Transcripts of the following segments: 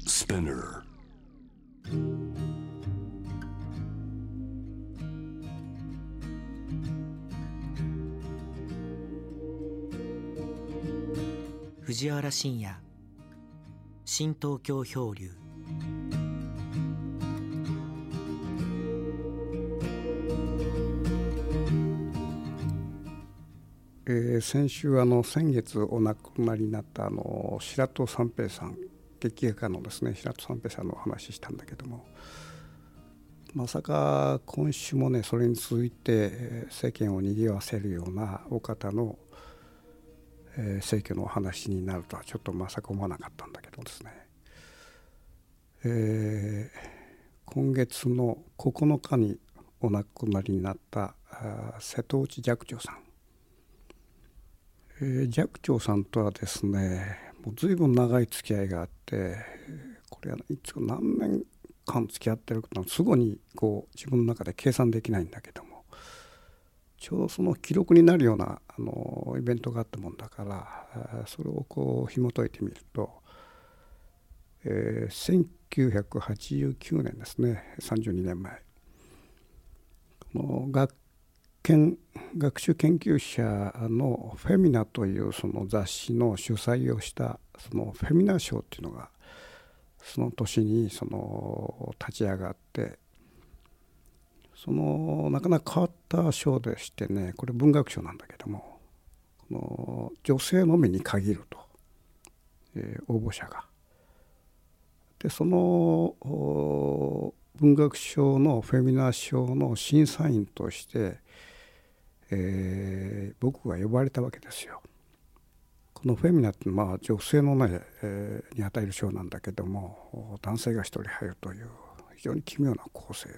Spinner. 藤原信也、新東京漂流。 先週先月お亡くなりになった白戸三平さん、劇画家のですね白戸三平さんのお話したんだけども、まさか今週もねそれに続いて世間を賑わせるようなお方の逝去のお話になるとはちょっとまさか思わなかったんだけどですね、今月の9日にお亡くなりになった瀬戸内寂聴さん、寂聴さんとはですねもう随分長い付き合いがあって、これは一応何年間付き合ってるかすぐにこう自分の中で計算できないんだけども、ちょうどその記録になるようなイベントがあったもんだから、それをこう紐解いてみると、1989年ですね、32年前、この学習研究者のフェミナというその雑誌の主催をしたそのフェミナ賞っていうのがその年にその立ち上がって、そのなかなか変わった賞でしてね、これ文学賞なんだけども、この女性のみに限ると、応募者が。でその文学賞のフェミナ賞の審査員として、僕が呼ばれたわけですよ。このフェミナってまあ女性のね、に与える賞なんだけども、男性が一人入るという非常に奇妙な構成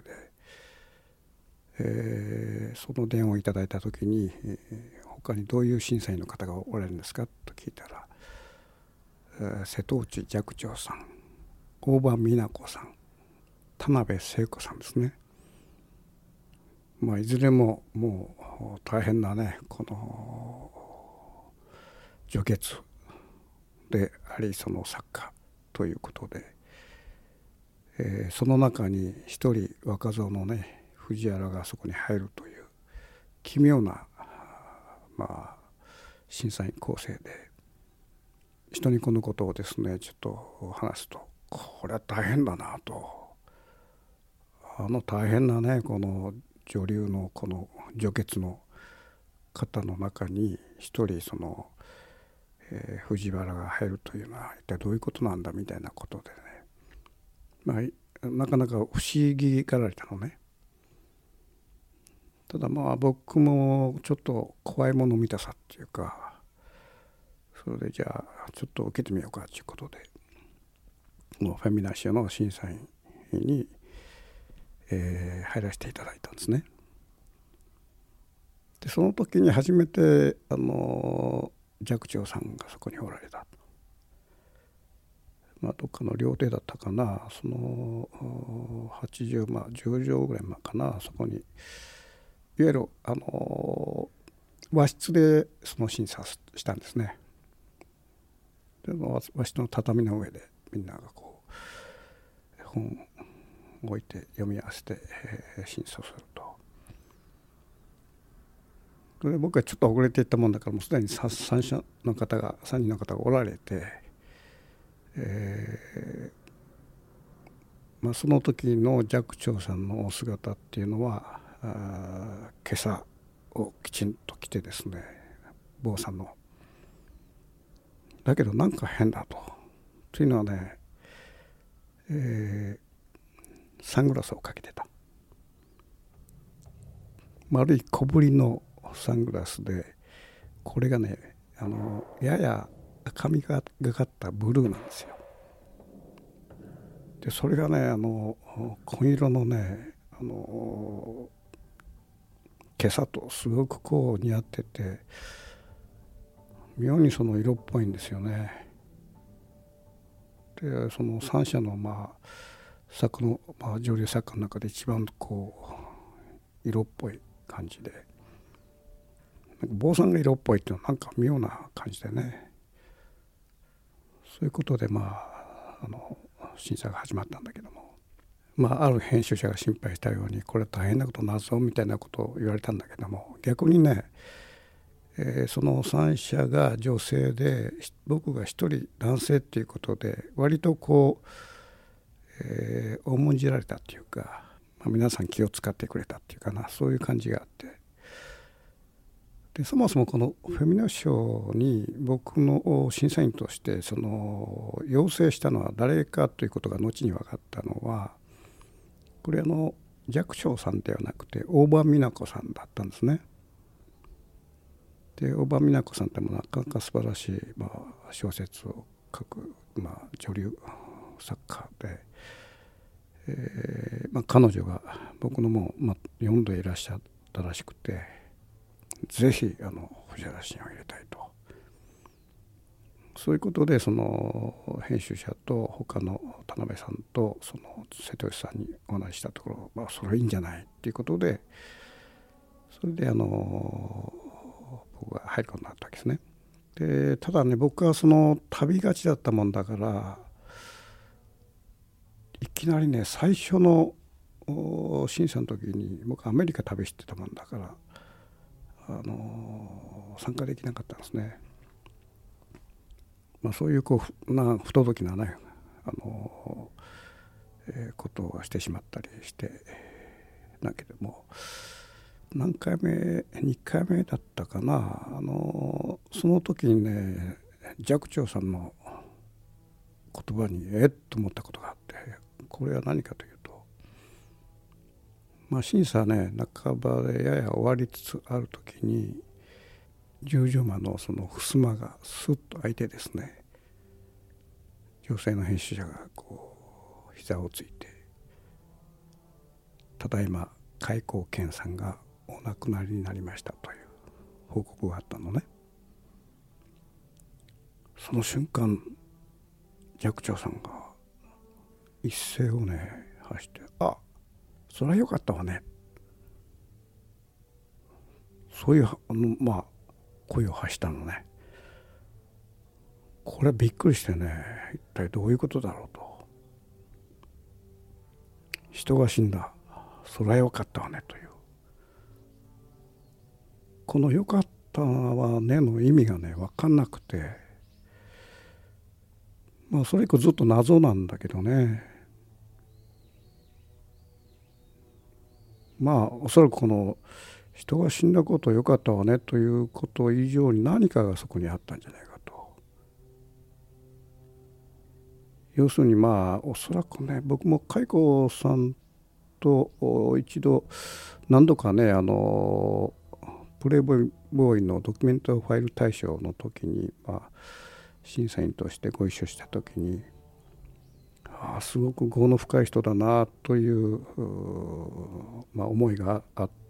で、その電話をいただいた時に、他にどういう審査員の方がおられるんですかと聞いたら、瀬戸内寂聴さん、大場美奈子さん、田辺聖子さんですね。まあ、いずれももう大変なねこの女傑でありその作家ということで、その中に一人若造のね藤原がそこに入るという奇妙なまあ審査員構成で、人にこのことをですねちょっと話すと、これは大変だなと、大変なねこの女流のこの女傑の方の中に一人その、藤原が入るというのは一体どういうことなんだみたいなことでね、まあ、なかなか不思議がられたのね。ただまあ僕もちょっと怖いもの見たさっていうか、それでじゃあちょっと受けてみようかということで、このフェミナ賞の審査員に入らせていただいたんですね。でその時に初めて寂聴さんがそこにおられた、まあ、どっかの料亭だったかな、その80、まあ、10畳ぐらい前かな、そこにいわゆる和室でその審査したんですね。で和室の畳の上でみんながこう本を置いて読み合わせて、審査をすると。で僕はちょっと遅れていったもんだから、もうすでに3人の方がおられて、まあ、その時の寂聴さんのお姿っていうのは今朝をきちんと着てですね、坊さんのだけどなんか変だというのはね、サングラスをかけてた、丸い小ぶりのサングラスで、これがねやや赤みがかったブルーなんですよ。でそれがね紺色のね今朝とすごくこう似合ってて、妙にその色っぽいんですよね。でその三者のまあ作の、まあ、女流作家の中で一番こう色っぽい感じで、坊さんが色っぽいっていうのはなんか妙な感じでね、そういうことでまあ審査が始まったんだけども、ある編集者が心配したようにこれ大変なことになるぞみたいなことを言われたんだけども、逆にね、その3社が女性で僕が一人男性っていうことで割と重んじられたっていうか、皆さん気を使ってくれたっていうかな、そういう感じがあって、でそもそもこのフェミナ賞に僕の審査員として要請したのは誰かということが後に分かったのは、これ寂聴さんではなくて大場美奈子さんだったんですね。で大場美奈子さんってもなかなか素晴らしい、小説を書く、女流作家で、彼女が僕のも読んでいらっしゃったらしくて、ぜひ藤原信を入れたいと、そういうことでその編集者と他の田辺さんと瀬戸内さんにお話ししたところ、それいいんじゃないっていうことで、それで僕が入ることになったわけですね。でただね、僕は旅がちだったもんだから、いきなりね最初の審査の時に僕アメリカ旅してたもんだから参加できなかったんですね。そういう不届きなねことをしてしまったりして、だけども何回目2回目だったかな、その時にね寂聴さんの言葉にと思ったことがあって、これは何かというと、審査ね半ばでやや終わりつつある時に十条間の襖がスッと開いてですね、女性の編集者が膝をついて、ただいま開口健さんがお亡くなりになりましたという報告があったのね。その瞬間寂聴さんが一声をね発して、それはよかったわね、そういう声を発したのね。これびっくりしてね、一体どういうことだろうと。人が死んだ、それはよかったわねという、このよかったわねの意味がね分かんなくて、それ以降ずっと謎なんだけどね。おそらくこの人が死んだことよかったわねということ以上に何かがそこにあったんじゃないかと。要するにおそらくね、僕も開口さんと一度何度かねプレイボーイのドキュメントファイル大賞の時に、審査員としてご一緒した時に、すごく業の深い人だなという思いがあって、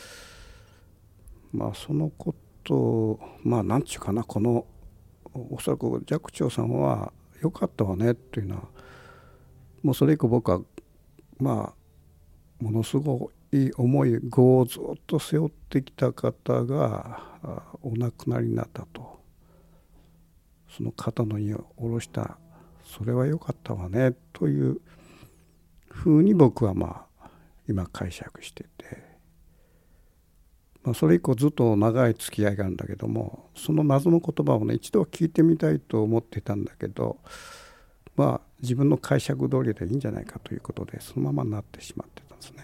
そのことをなんちゅうかな、おそらく寂聴さんは良かったわねっていうのは、もうそれ以降僕はものすごい重い業をずっと背負ってきた方がお亡くなりになったと、その肩の荷を下ろした、それは良かったわねというふうに僕は今解釈してて、それ以降ずっと長い付き合いがあるんだけども、その謎の言葉をね一度は聞いてみたいと思ってたんだけど、自分の解釈通りでいいんじゃないかということでそのままになってしまってたんですね。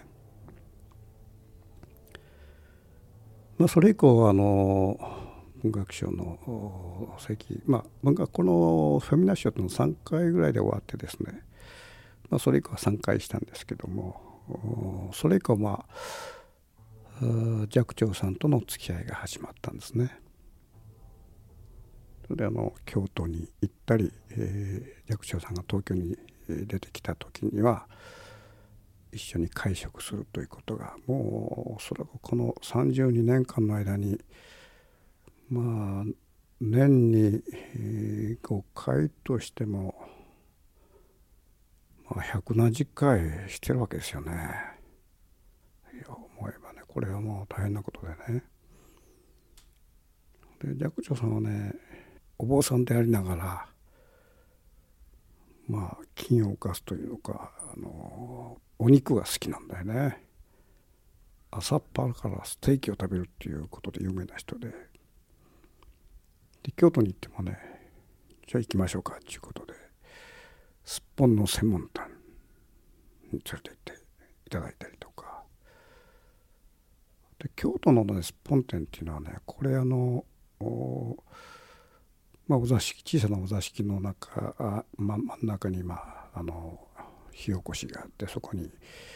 それ以降文学賞の席、文学このフェミナ賞というの3回ぐらいで終わってですね、それ以降は3回したんですけども、それ以降寂聴さんとの付き合いが始まったんですね。それで京都に行ったり、寂聴さんが東京に出てきた時には一緒に会食するということが、もうおそらくこの32年間の間に年に5回としても100何十回してるわけですよね。思えばね、これはもう大変なことでね。で寂聴さんはねお坊さんでありながら禁を犯すというのか、お肉が好きなんだよね。朝っぱらからステーキを食べるっていうことで有名な人で、京都に行ってもね、じゃあ行きましょうかっていうことで、すっぽんの専門店に連れて行っていただいたりとかで、京都のねすっぽん店っていうのはね、これお座敷、小さなお座敷の中、真ん中に火起こしがあって、そこに、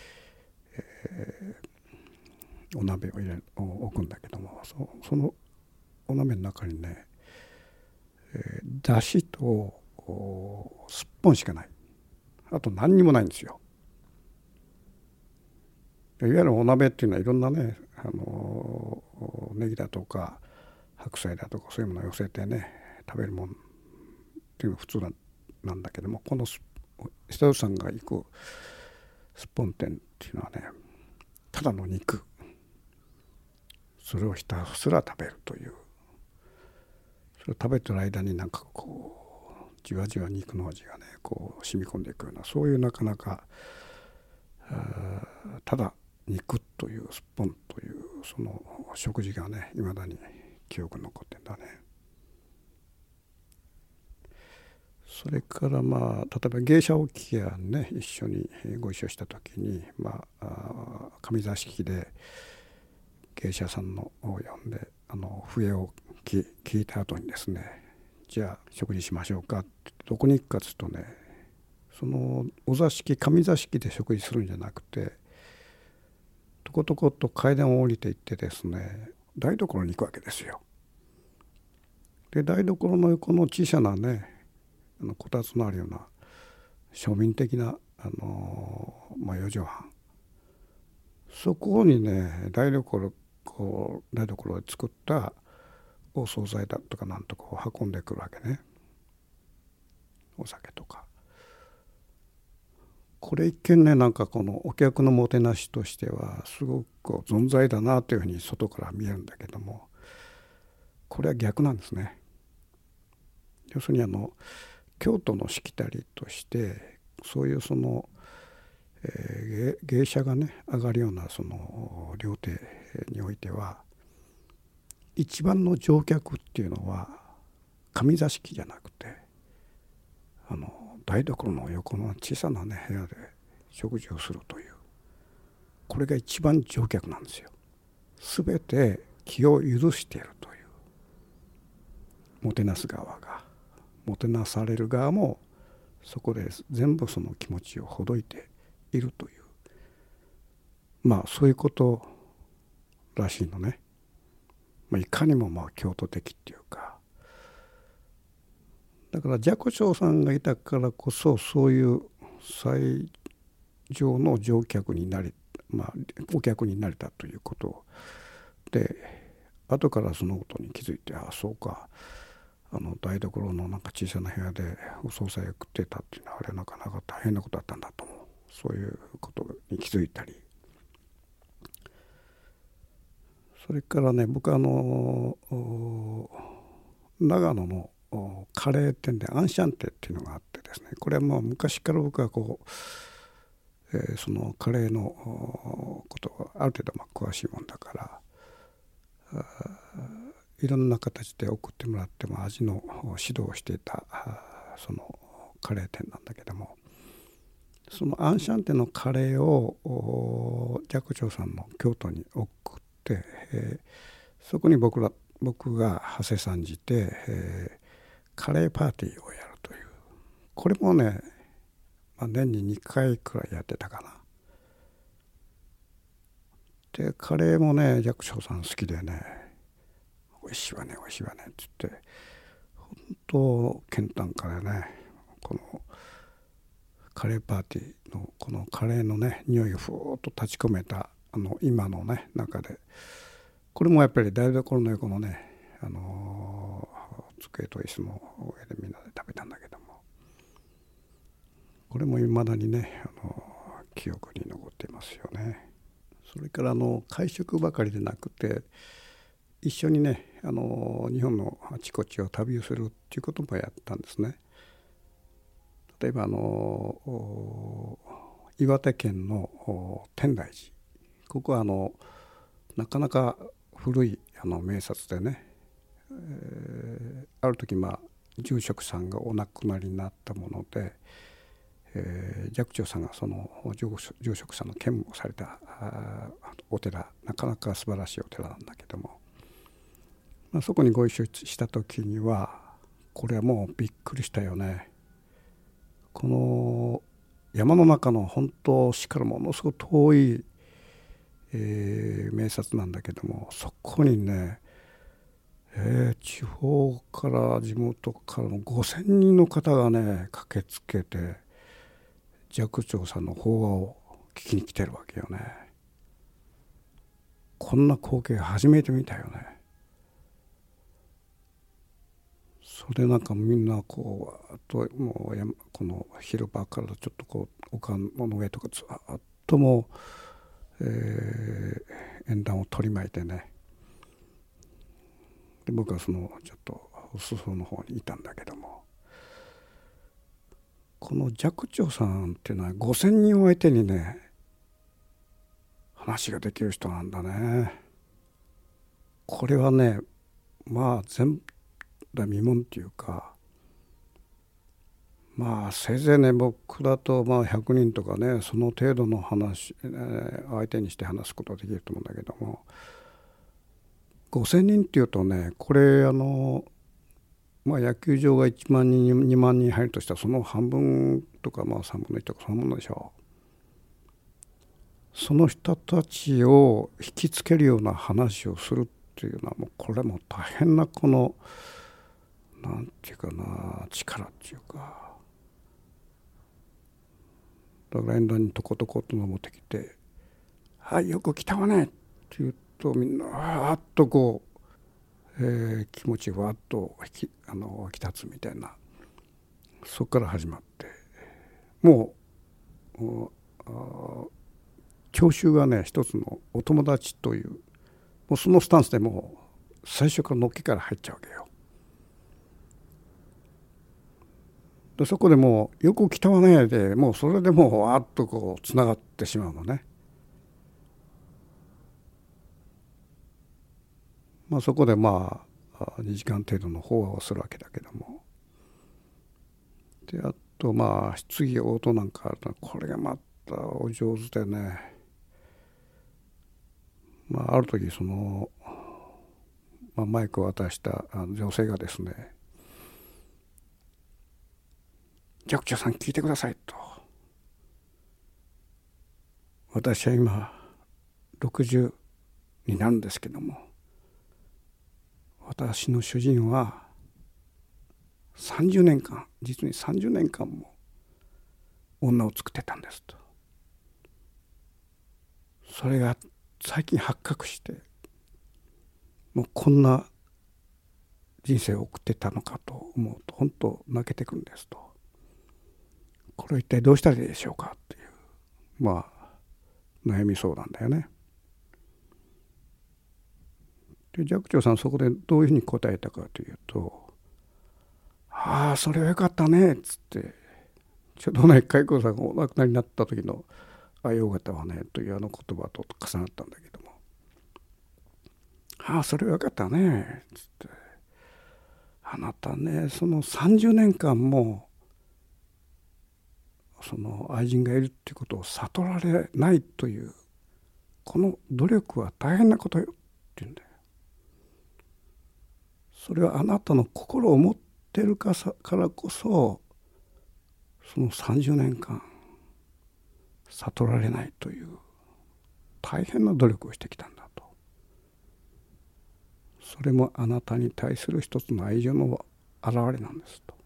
お鍋を置くんだけども、そのお鍋の中にね、だしとすっぽんしかない。あと何にもないんですよ。いわゆるお鍋っていうのはいろんなね、ネギだとか白菜だとかそういうものを寄せてね食べるもんっていうのが普通なんだけども、この久吉さんが行くすっぽん店っていうのはね、ただの肉、それをひたすら食べるという、それを食べてる間にじわじわ肉の味がね染み込んでいくような、そういうなかなかただ肉というすっぽんというその食事がね、いまだに記憶に残ってんだね。それから例えば芸者置屋ね、一緒にご一緒した時に上座敷で芸者さんを呼んで笛を聞いた後にですね、じゃあ食事しましょうかって、どこに行くかっつうとね、そのお座敷、上座敷で食事するんじゃなくて、とことこと階段を降りていってですね、台所に行くわけですよ。で台所の横の小さなね、こたつのあるような庶民的な4畳半、そこにね台所で作ったお惣菜だとかなんとかを運んでくるわけね、お酒とか。これ一見ね、このお客のもてなしとしてはすごく存在だなというふうに外から見えるんだけども、これは逆なんですね。要するに京都のしきたりとして、そういう芸者がね上がるようなその料亭においては、一番の乗客っていうのは上座敷じゃなくて台所の横の小さなね部屋で食事をするという、これが一番乗客なんですよ。全て気を許しているという、もてなす側が、もてなされる側もそこで全部その気持ちをほどいているという、そういうことらしいのね。いかにも京都的っていうか、だから寂聴さんがいたからこそ、そういう最上の乗客になり、お客になれたということで、後からそのことに気づいて、そうか、台所の小さな部屋でお惣菜を食ってたっていうのは、あれなかなか大変なことだったんだと、そういうことに気づいたり。それからね、僕は長野のカレー店でアンシャンテっていうのがあってですね、これは昔から僕はそのカレーのことがある程度詳しいもんだから、いろんな形で送ってもらっても味の指導をしていたそのカレー店なんだけども、そのアンシャンテのカレーを寂聴さんの京都に送って、そこに僕が長谷さんじて、カレーパーティーをやるという、これもね、年に2回くらいやってたかな。でカレーもね寂聴さん好きでね、おいしいわねおいしいわねって言って、本当健丹からね、このカレーパーティーのこのカレーのね匂いをふーっと立ち込めた今のね中で、これもやっぱり台所の横のね机と椅子の上でみんなで食べたんだけども、これもいまだにね記憶に残っていますよね。それから会食ばかりでなくて、一緒にね日本のあちこちを旅をするっていうこともやったんですね。 例えば岩手県の天台寺、ここはなかなか古い名刹でね、ある時住職さんがお亡くなりになったもので、寂聴さんがその住職さんの兼務をされたお寺、なかなか素晴らしいお寺なんだけども、そこにご一緒した時にはこれはもうびっくりしたよね。この山の中の本当市からものすごく遠い、名刹なんだけども、そこにね、地方から地元からの5,000人の方がね駆けつけて寂聴さんの法話を聞きに来てるわけよね。こんな光景初めて見たよね。それなんかみんなこうもうこの広場からちょっとこう丘の上とかずっともう、縁談を取り巻いてね、で僕はそのちょっと裾の方にいたんだけども、この寂聴さんっていうのは5,000人を相手にね話ができる人なんだね。これはね前代未聞っていうか、せいぜいね僕だと100人とかねその程度の話、相手にして話すことができると思うんだけども、5,000人っていうとね、これ野球場が1万人2万人入るとしたらその半分とか3分の1とかそんなものでしょう。その人たちを引きつけるような話をするっていうのはもうこれも大変なこのなんていうかな力っていうか、だから縁談にとことこと登ってきて「はいよく来たわね」って言うとみんなわーっとこう、気持ちわーっと湧き立つみたいな、そこから始まってもう聴衆がね一つのお友達という、もうそのスタンスでもう最初からのっけから入っちゃうわけよ。でそこでもうよく来たわねでもうそれでもうわーっとこうつながってしまうのね。そこで2時間程度の法話をするわけだけども、であと質疑応答なんかあるとこれがまたお上手でね、ある時その、マイクを渡した女性がですね「寂聴さん聞いてください」と。私は今60になるんですけども、私の主人は30年間実に30年間も女を作ってたんですと。それが最近発覚してもうこんな人生を送ってたのかと思うと本当泣けてくるんですと。これ一体どうしたらいいでしょうかっていう悩み相談だよね。で寂聴さんそこでどういうふうに答えたかというと「ああそれはよかったね」っつって、ちょうどね開口さんがお亡くなりになった時の「ああよかったわね」という言葉と重なったんだけども「ああそれはよかったね」っつって「あなたねその30年間もその愛人がいるっていうことを悟られないというこの努力は大変なことよ」って言うんだよ。それはあなたの心を持ってるからこそその30年間悟られないという大変な努力をしてきたんだと。それもあなたに対する一つの愛情の表れなんですと。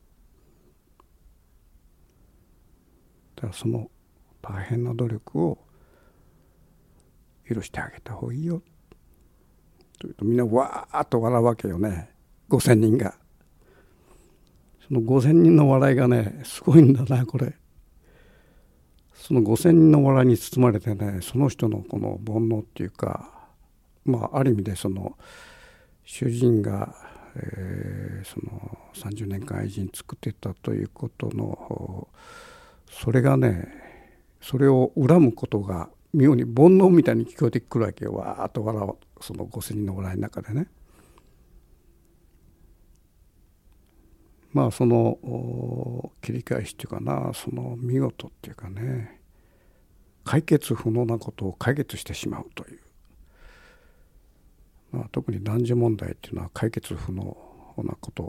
だからその大変な努力を許してあげた方がいいよというとみんなわーっと笑うわけよね、5,000人が。その5,000人の笑いがねすごいんだなこれ。その5,000人の笑いに包まれてね、その人のこの煩悩っていうかある意味でその主人がその30年間愛人作ってたということのそれがね、それを恨むことが妙に煩悩みたいに聞こえてくるわけよ。わーっと笑う、その5,000人の笑いの中でね。まあその切り返しっていうかな、その見事っていうかね、解決不能なことを解決してしまうという、まあ、特に男女問題っていうのは解決不能なこと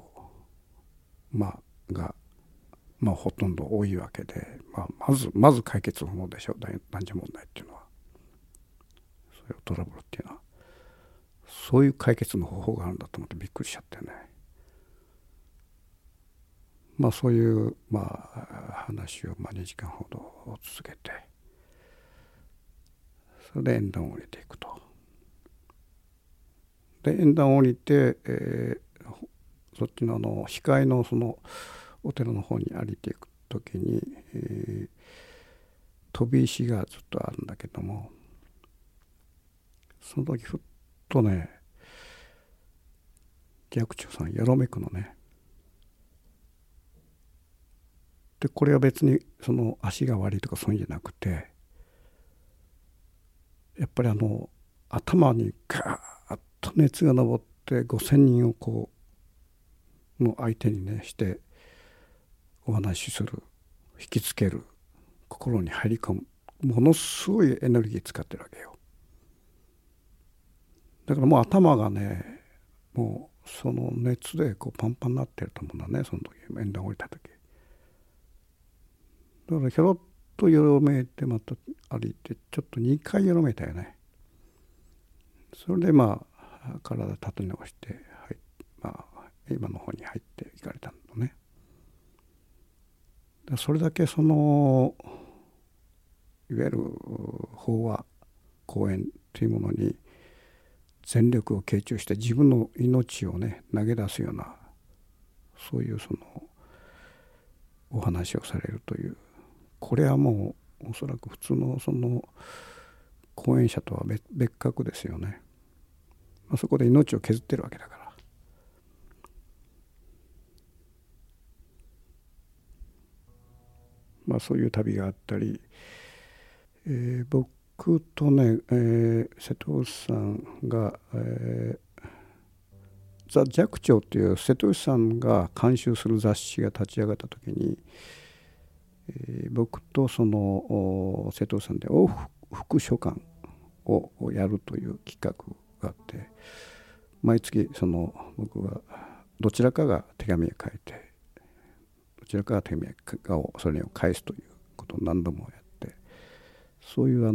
がほとんど多いわけで、まず解決不能でしょ、男女問題っていうのは。そういうトラブルっていうのはそういう解決の方法があるんだと思ってびっくりしちゃってね。そういう話を2時間ほど続けて、それで縁談を降りていくと。で縁談を降りて、そっちの控えのそのお寺の方に歩いていく時に、飛び石がずっとあるんだけども、その時ふっとね、寂聴さんよろめくのね。でこれは別にその足が悪いとかそういうんじゃなくて、やっぱり頭にガーッと熱が上って5,000人をこうの相手にねしてお話しする、引きつける、心に入り込む、ものすごいエネルギー使ってるわけよ。だからもう頭がね、もうその熱でこうパンパンになってると思うんだね、その時縁談降りた時。だからひょろっとよろめいてまた歩いて、ちょっと2回よろめいたよね。それで体立て直して、今の方に入っていかれたのね。それだけそのいわゆる法話講演というものに全力を傾注して自分の命をね投げ出すような、そういうそのお話をされるという、これはもうおそらく普通のその講演者とは別格ですよね。そこで命を削ってるわけだから、そういう旅があったり、僕とね、瀬戸内さんが、ザ・寂聴っていう瀬戸内さんが監修する雑誌が立ち上がった時に、僕とその瀬戸内さんで往復書簡をやるという企画があって、毎月その僕がどちらかが手紙を書いて、どちらかが手紙をそれを返すということを何度もやって、そういう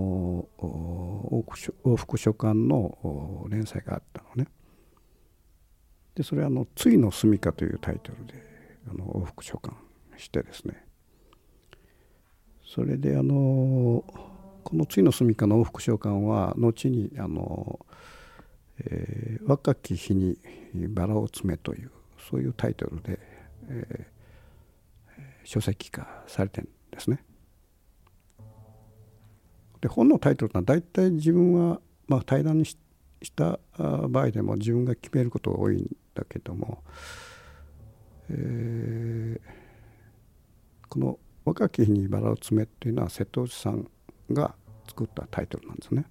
往復書簡の連載があったのね。でそれは「ついの住みか」というタイトルで往復書簡してですね、それでこの「ついの住みか」の往復書簡は後に若き日にバラを摘めという、そういうタイトルで、書籍化されてるんですね。で本のタイトルは大体自分は対談にした場合でも自分が決めることが多いんだけども、この「若き日にバラを摘め」っていうのは瀬戸内さんが作ったタイトルなんですね。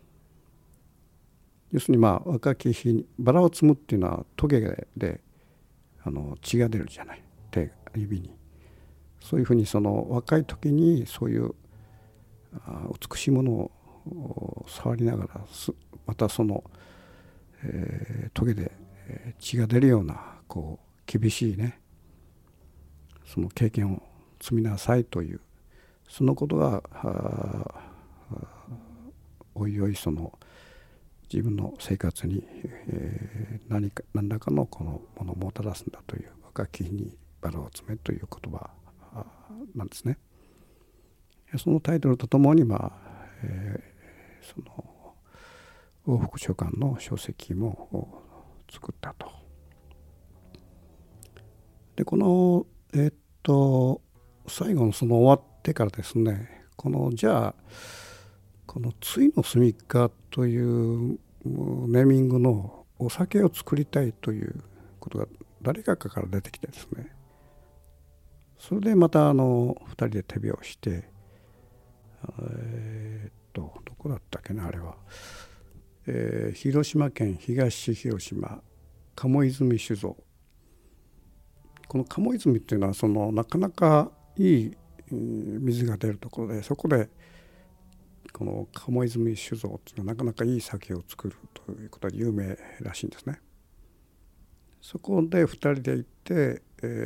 要するに若き日にバラを摘むっていうのはトゲで血が出るじゃない、指に。そういうふうにその若い時にそういう美しいものを触りながら、またその、トゲで血が出るようなこう厳しいね、その経験を積みなさいという、そのことがおいおいその自分の生活に、何らかのこのものをもたらすんだという、若き日にバラを摘めという言葉なんですね。そのタイトルとともにその往復書簡の書籍も作ったと。でこの最後のその終わってからですね、じゃあこの「ついの住みか」というネーミングのお酒を作りたいということが誰かから出てきてですね、それでまた2人で手拍子して、どこだったっけなあれは、広島県東広島鴨泉酒造。この鴨泉っていうのはなかなかいい水が出るところで、そこでこの鴨泉酒造っていうのはなかなかいい酒を作るということで有名らしいんですね。そこで2人で行って、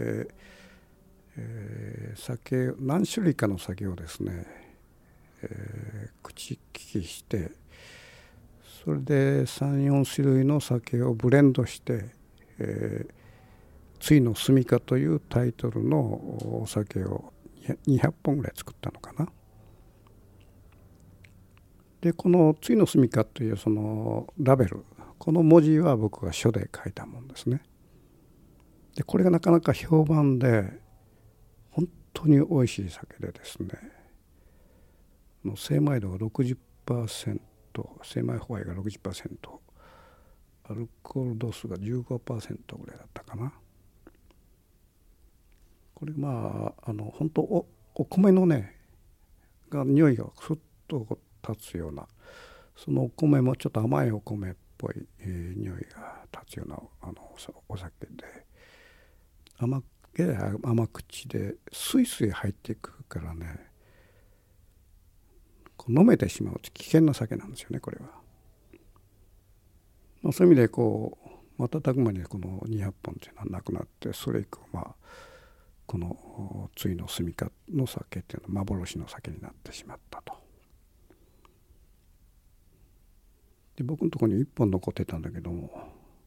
酒何種類かの酒をですね、口利きして、それで 3,4 種類の酒をブレンドして、ついの住みかというタイトルのお酒を200本ぐらい作ったのかな。でこのついの住みかというそのラベル、この文字は僕が書で書いたものですね。でこれがなかなか評判で本当に美味しい酒でですね、精米度が 60%、 精米ホワイが 60%、 アルコール度数が 15% ぐらいだったかな。これ本当お米のねが匂いがふっと立つような、そのお米もちょっと甘いお米っぽい、匂いが立つようなお酒で、甘口でスイスイ入ってくるからね、飲めてしまう危険な酒なんですよね、これは。そういう意味で瞬く間にこの200本っていうのはなくなって、それ以降このついの住みかの酒っていうのは幻の酒になってしまったと。で僕のところに1本残ってたんだけども、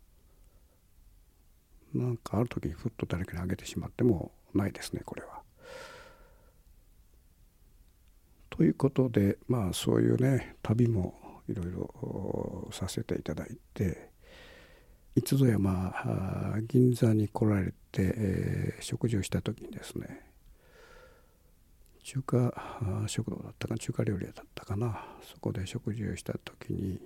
なんかある時にふっと誰かにあげてしまってもないですね、これは。ということでそういうね旅もいろいろさせていただいて、一度や銀座に来られて、食事をした時にですね、中華食堂だったか中華料理屋だったかな、そこで食事をした時に、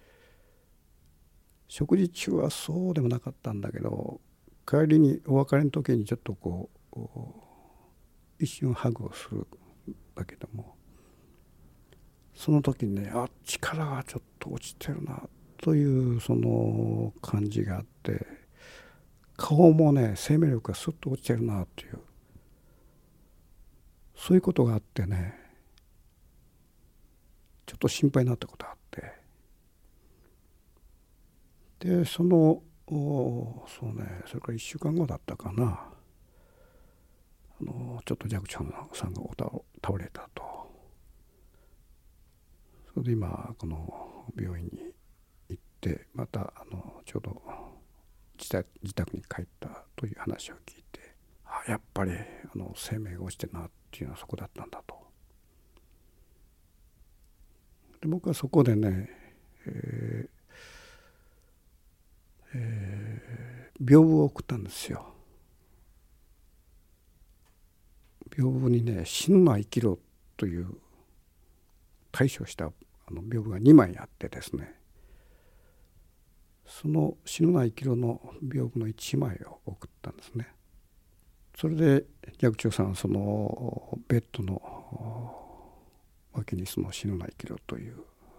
食事中はそうでもなかったんだけど、帰りにお別れの時にちょっと一瞬ハグをするんだけども、その時にね、力がちょっと落ちてるなというその感じがあって、顔もね生命力がスッと落ちてるなという、そういうことがあってね、ちょっと心配になったことがあって、でそうね、それから1週間後だったかな、ちょっと寂聴さんが倒れたと。それで今この病院に行って、またちょうど自宅に帰ったという話を聞いて、やっぱり生命が落ちてるなっていうのはそこだったんだと。で僕はそこでね、屏風を送ったんですよ。屏風にね、死ぬな生きろという対処した屏風が2枚あってですね、その死ぬな生きろの屏風の1枚を送ったんですね。それで寂聴さんはそのベッドの脇にその死ぬな生きろという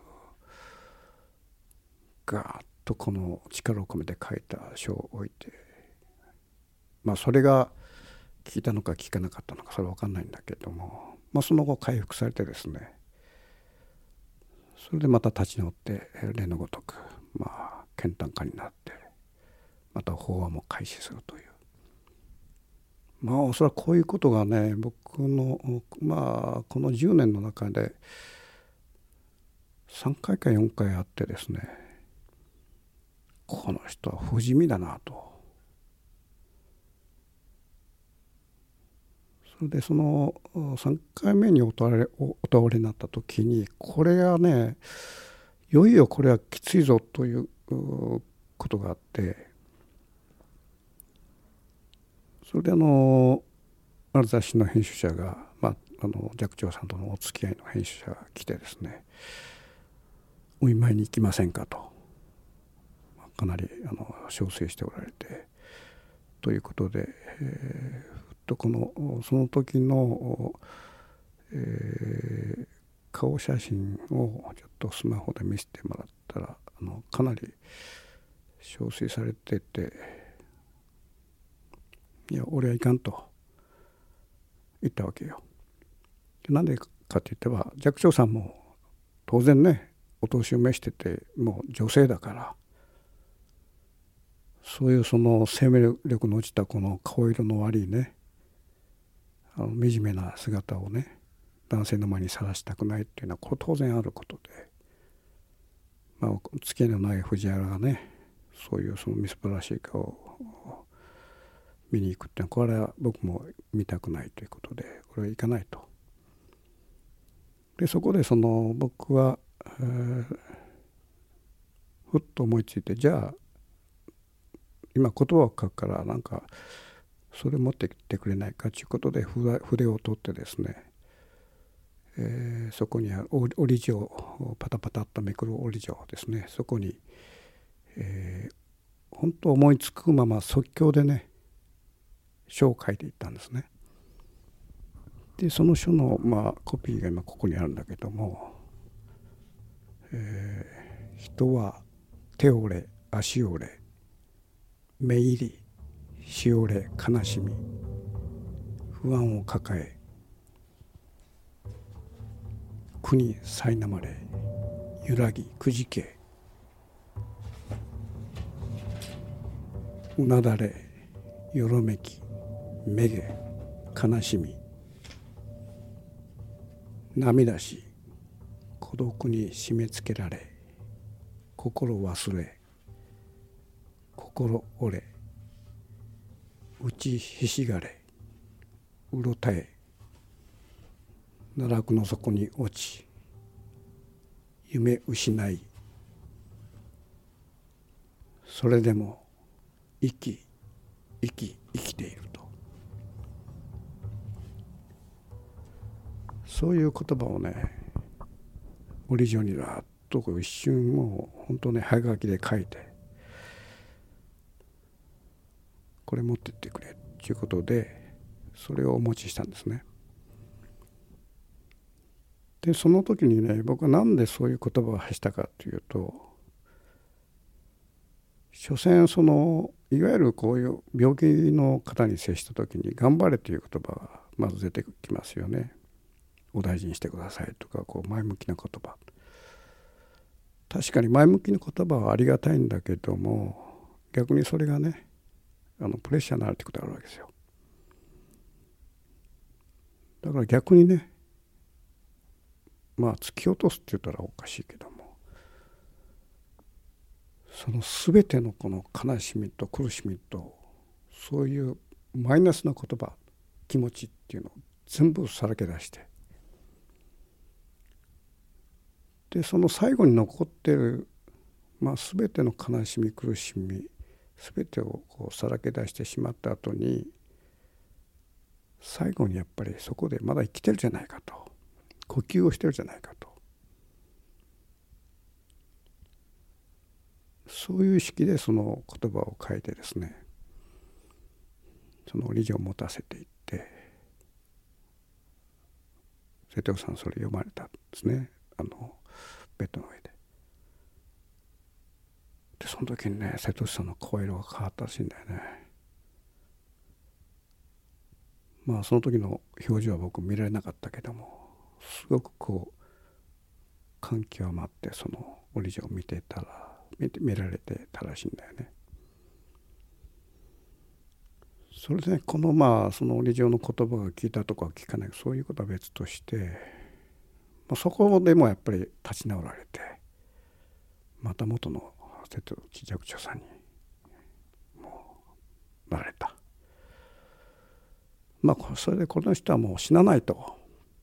ガーッとこの力を込めて書いた書を置いて、それが効いたのか効かなかったのかそれは分かんないんだけれども、その後回復されてですね、それでまた立ち直って例のごとく健胆家になって、また法話も開始するという、おそらくこういうことがね、僕のこの10年の中で3回か4回あってですね、この人は不死身だなと。それでその3回目にお倒れになった時に、これはね、いよいよこれはきついぞということがあって、それである雑誌の編集者が、寂聴さんとのお付き合いの編集者が来てですね、お見舞いに行きませんかと、かなり憔悴しておられて、 ということで、ふっとその時の、顔写真をちょっとスマホで見せてもらったらかなり憔悴されてて、いや俺はいかんと言ったわけよ。なんでかって言っては、寂聴さんも当然ねお年を召しててもう女性だから、そういうその生命力の落ちたこの顔色の悪いね惨めな姿をね男性の前にさらしたくないっていうのはこれ当然あることで、付き合いのない藤原がねそういうそのみすぼらしい顔を見に行くっていうのはこれは僕も見たくないということでこれは行かないと。でそこで僕は、ふっと思いついて、じゃあ今言葉を書くからなんかそれ持ってきてくれないかということで筆を取ってですね、そこにある折り状パタパタっとめくる折り状ですね、そこに、本当思いつくまま即興でね書を書いていったんですね。でその書の、コピーが今ここにあるんだけども、人は手折れ足折れ目入りしおれ悲しみ不安を抱え苦に苛まれ揺らぎくじけうなだれよろめきめげ悲しみ涙し孤独に締め付けられ心忘れ心折れ打ちひしがれうろたえ奈落の底に落ち夢失いそれでも生きていると、そういう言葉をね折り状にらっと一瞬もう本当ねはがきで書いて、これ持ってってくれということでそれをお持ちしたんですね。でその時にね僕はなんでそういう言葉を発したかというと、所詮いわゆるこういう病気の方に接した時に頑張れという言葉がまず出てきますよね。お大事にしてくださいとか前向きな言葉、確かに前向きな言葉はありがたいんだけども、逆にそれがねプレッシャーになるってことがあるわけですよ。だから逆にね突き落とすって言ったらおかしいけども、その全てのこの悲しみと苦しみとそういうマイナスな言葉気持ちっていうのを全部さらけ出して、でその最後に残っている、全ての悲しみ苦しみ全てをさらけ出してしまった後に、最後にやっぱりそこでまだ生きてるじゃないかと、呼吸をしてるじゃないかと、そういう意識でその言葉を書いてですね、その理事を持たせていって、瀬戸さんそれ読まれたんですね、ベッドの上で。でその時にね瀬戸さんの声色が変わったらしいんだよね。その時の表情は僕見られなかったけども、すごく感極まってその折り状を見られてたらしいんだよね。それでねその折り状の言葉が聞いたとか聞かない、そういうことは別として、そこでもやっぱり立ち直られて、また元の瀬戸内寂聴さんにもうなられた。それでこの人はもう死なないと。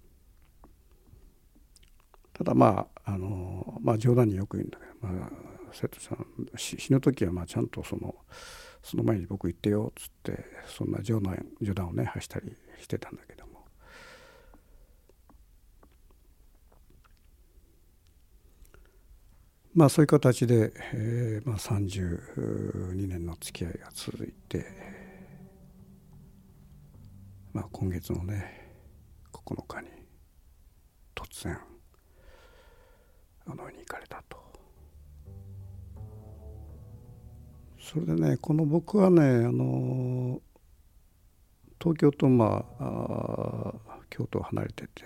ただ冗談によく言うんだけど、瀬戸さん死ぬ時はちゃんとその前に僕言ってよっつって、そんな冗談をね発したりしてたんだけども、そういう形で、32年の付き合いが続いて、 今月のね9日に突然に行かれたと。それでね、僕はね東京と京都を離れてて、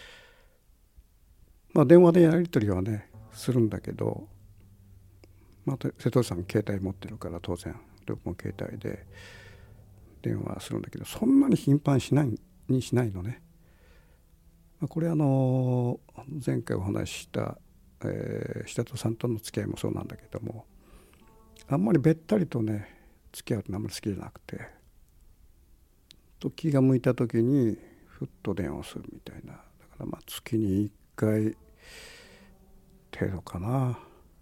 電話でやり取りはねするんだけど、瀬戸内さん携帯持ってるから当然僕も携帯で電話するんだけど、そんなに頻繁にしないのね。これ前回お話しした下戸さんとの付き合いもそうなんだけども、あんまりべったりとね付き合うってあんまり好きじゃなくて、気が向いた時にふっと電話をするみたいな。だから月に1回程度かな。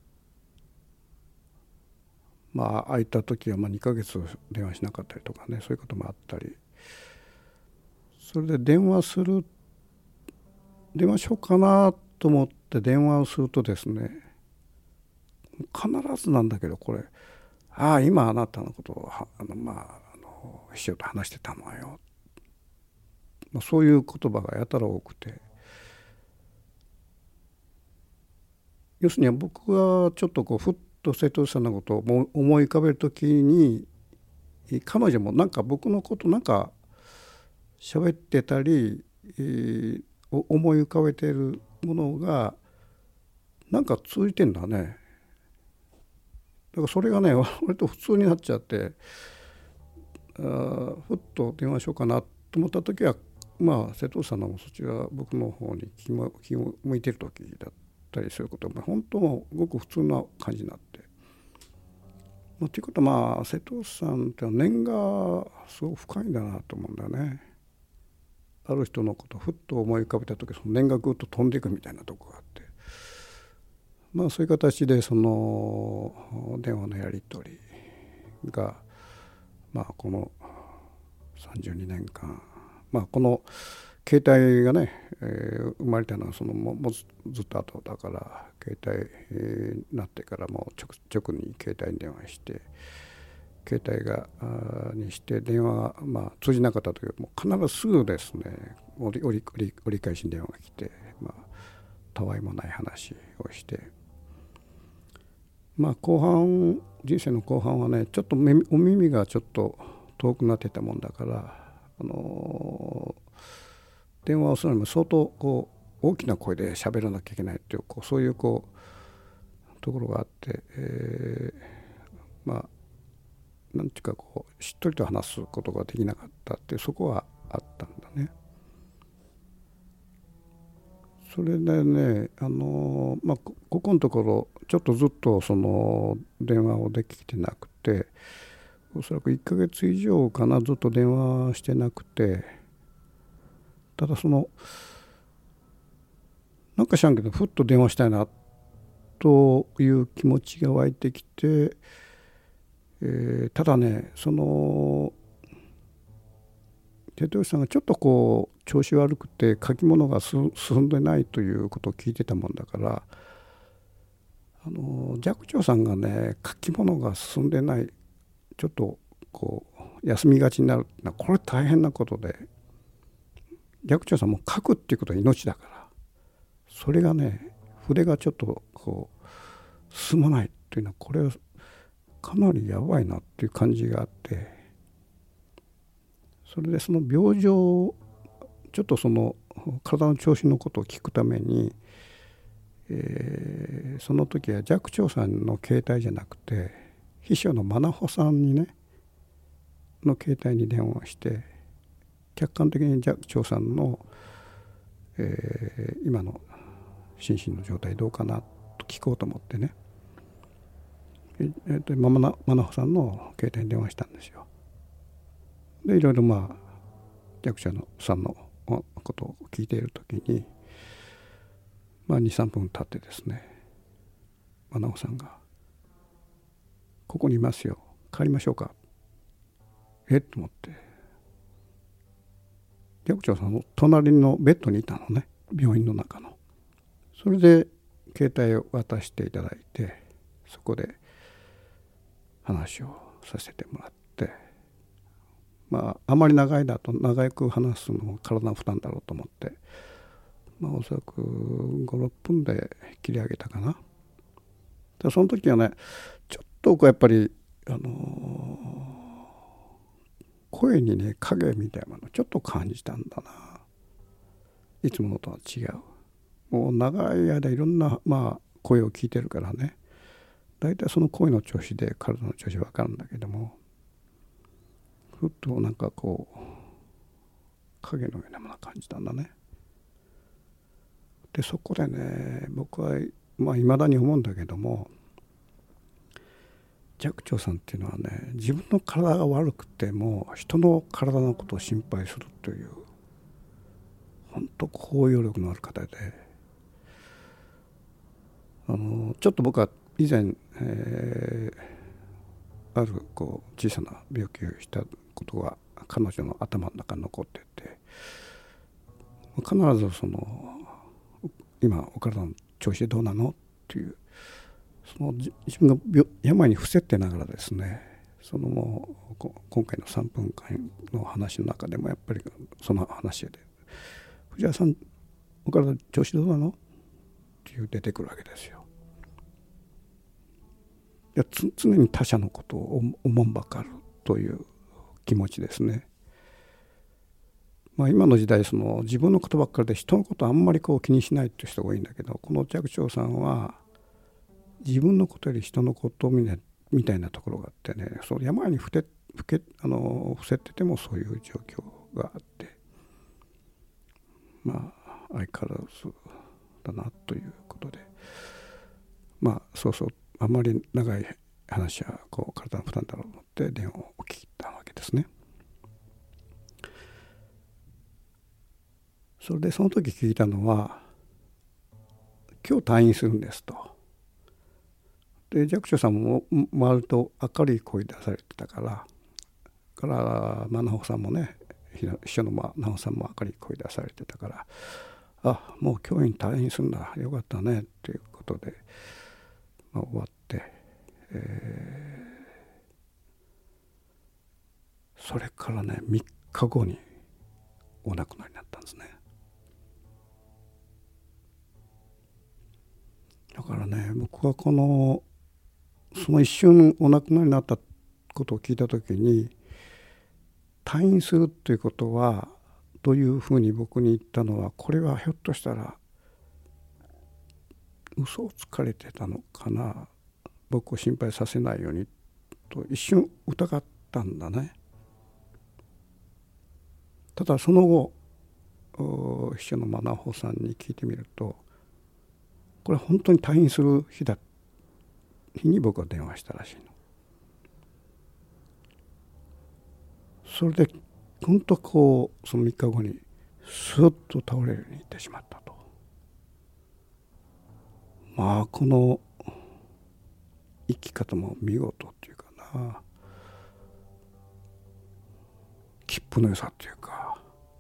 空いた時は2ヶ月電話しなかったりとかね、そういうこともあったり。それで電話しようかなと思って電話をするとですね、必ずなんだけど、これ今あなたのことを師匠と話してたのよ、そういう言葉がやたら多くて、要するに僕がちょっとふっと瀬戸内さんのことを思い浮かべるときに、彼女も僕のこと喋ってたり、思い浮かべているものが通じてんだね。だからそれがね割と普通になっちゃって、ふっと電話しようかなと思った時は瀬戸内さんのそちら僕の方に気を向いてる時だったりすることが本当ごく普通な感じになって、ということは瀬戸内さんって念がすごく深いんだなと思うんだよね。ある人のことをふっと思い浮かべた時、その念がぐっと飛んでいくみたいなとこがあって、そういう形でその電話のやり取りがこの32年間、この携帯がね、生まれたのはもうずっと後だから、携帯になってからもう直に携帯に電話して、携帯にして電話が通じなかった時はもう必ずすぐですね折り返しに電話が来て、たわいもない話をして、人生の後半はねちょっとお耳がちょっと遠くなってたもんだから、電話をするのも相当大きな声で喋らなきゃいけないっていうそういうところがあって、なんていうかしっとりと話すことができなかったっていう、そこはあったんだね。それでねここのところちょっとずっとその電話をできてなくて、おそらく1ヶ月以上かな、ずっと電話してなくて、ただ知らんけどふっと電話したいなという気持ちが湧いてきて、ただね瀬戸内さんがちょっと調子悪くて書き物が進んでないということを聞いてたもんだから、寂聴さんがね書き物が進んでない、ちょっと休みがちになるってのはこれ大変なことで、寂聴さんも書くっていうことは命だから、それがね筆がちょっと進まないっていうのは、これはかなりやばいなっていう感じがあって、それでその病状、ちょっと体の調子のことを聞くために、その時は寂聴さんの携帯じゃなくて秘書の真名穂さんにねの携帯に電話して、客観的に寂聴さんの、今の心身の状態どうかなと聞こうと思ってね、真名穂さんの携帯に電話したんですよ。でいろいろ寂聴さんのことを聞いている時に、2、3分経ってですね、真名穂さんが「ここにいますよ、帰りましょうか」と思って、寂聴さんの隣のベッドにいたのね、病院の中の。それで携帯を渡していただいて、そこで話をさせてもらって、 あまり長く話すのも体の負担だろうと思って、おそらく5、6分で切り上げたかな。でその時はね、ちょっとやっぱり、声にね影みたいなのちょっと感じたんだな。いつものとは違う。もう長い間いろんな、声を聞いてるからね、大体その声の調子で体の調子分かるんだけども、ふっとなんかこう影のようなものを感じたんだね。でそこでね、僕は未だに思うんだけども、寂聴さんっていうのはね、自分の体が悪くても人の体のことを心配するという本当包容力のある方で、ちょっと僕は以前、ある小さな病気をしたことが彼女の頭の中に残ってて、必ず今お体の調子どうなのっていう、自分が病に伏せてながらですね、もう今回の3分間の話の中でもやっぱりその話で「藤原さんお体調子どうなの?」っていう出てくるわけですよ。常に他者のことをおもんばかるという気持ちですね。今の時代自分のことばっかりで人のことあんまり気にしないっていう人が多いんだけど、この寂聴さんは自分のことより人のことみたいなところがあってね、その病に伏せててもそういう状況があって、相変わらずだなということで、あんまり長い話は体の負担だろうと思って電話を切ったわけですね。それでその時聞いたのは、今日退院するんですと。で寂聴さんも割と明るい声出されてたから奈穂さんもね、秘書の奈穂さんも明るい声出されてたから、もう今日に退院するんだ、よかったねっていうことで、終わって、それからね3日後にお亡くなりになったんですね。だからね、僕はその一瞬お亡くなりになったことを聞いた時に、退院するということはというふうに僕に言ったのは、これはひょっとしたら嘘をつかれてたのかな、僕を心配させないようにと一瞬疑ったんだね。ただその後秘書の奈穂さんに聞いてみると、これ本当に退院する日に僕は電話したらしいの。それで本当その3日後にスッと倒れるようにいってしまったと。この生き方も見事っていうかな、切符の良さっていうか、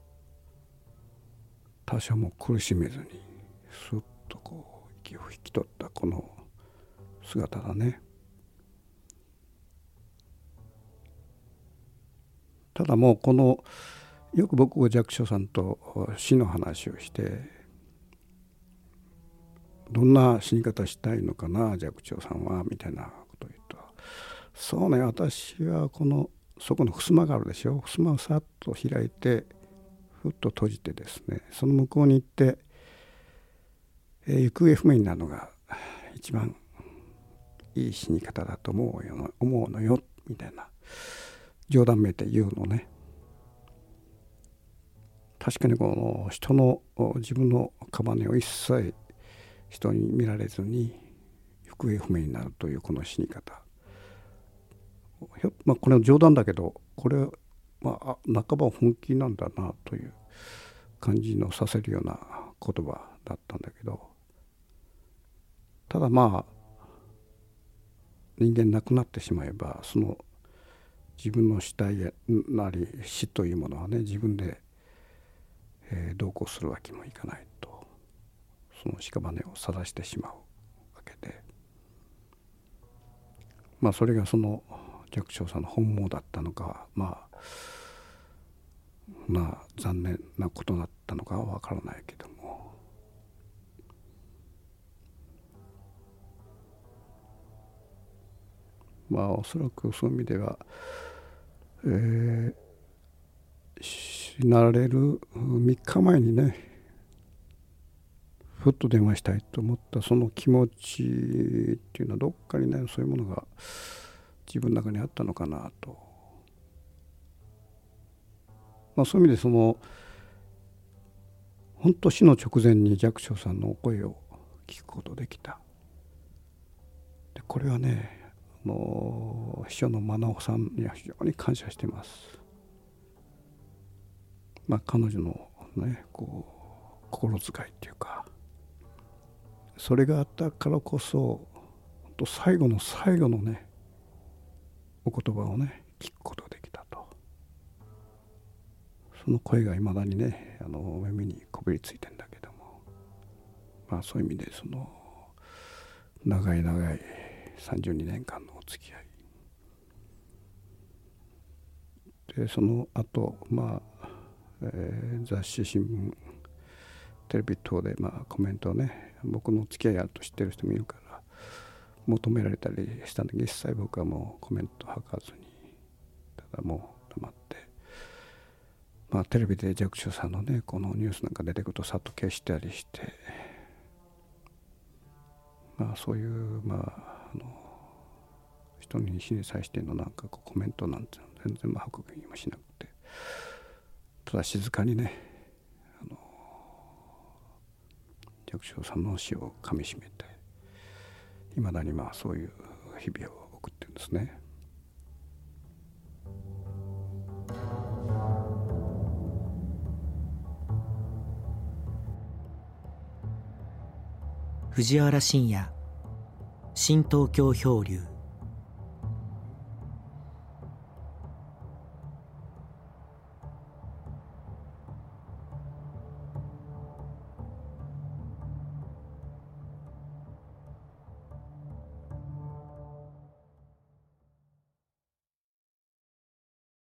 他者も苦しめずにスッと息を引き取ったこの姿だね。ただもうよく僕が寂聴さんと死の話をして、どんな死に方したいのかな寂聴さんはみたいなことを言うと、そうね、私はそこの襖があるでしょ、襖をさっと開いてふっと閉じてですね、その向こうに行って、行方不明になるのが一番いい死に方だと思うのよみたいな冗談めいて言うのね。確かに人の自分の屍を一切人に見られずに行方不明になるというこの死に方、これは冗談だけど、これ半ば本気なんだなという感じのさせるような言葉だったんだけど、ただ人間亡くなってしまえば、その自分の死体なり死というものはね、自分で同行するわけにもいかないと、その屍を晒してしまうわけで、それがその寂聴さんの本望だったのか、 残念なことだったのかはわからないけども、おそらくそういう意味では、死なれる3日前にね、ふっと電話したいと思ったその気持ちっていうのはどっかにね、そういうものが自分の中にあったのかなと、そういう意味で本当死の直前に寂聴さんの声を聞くことできた。でこれはね、秘書の真直さんには非常に感謝しています。彼女のね心遣いっていうか、それがあったからこそ本当最後の最後のねお言葉をね聞くことができたと。その声がいまだにね耳にこびりついてんだけども、そういう意味で長い32年間のお付き合いで、その後雑誌新聞テレビ等でコメントをね、僕の付き合いあると知ってる人もいるから求められたりしたんだけど、一切僕はもうコメント吐かずに、ただもう黙って、テレビで寂聴さんのねこのニュースなんか出てくるとさっと消したりして、そういう人に死に際してのコメントなんて全然吐く気もしなくて、ただ静かにね寂聴さんの死をかみしめて、いまだにそういう日々を送ってるんですね。 藤原信也、新東京漂流。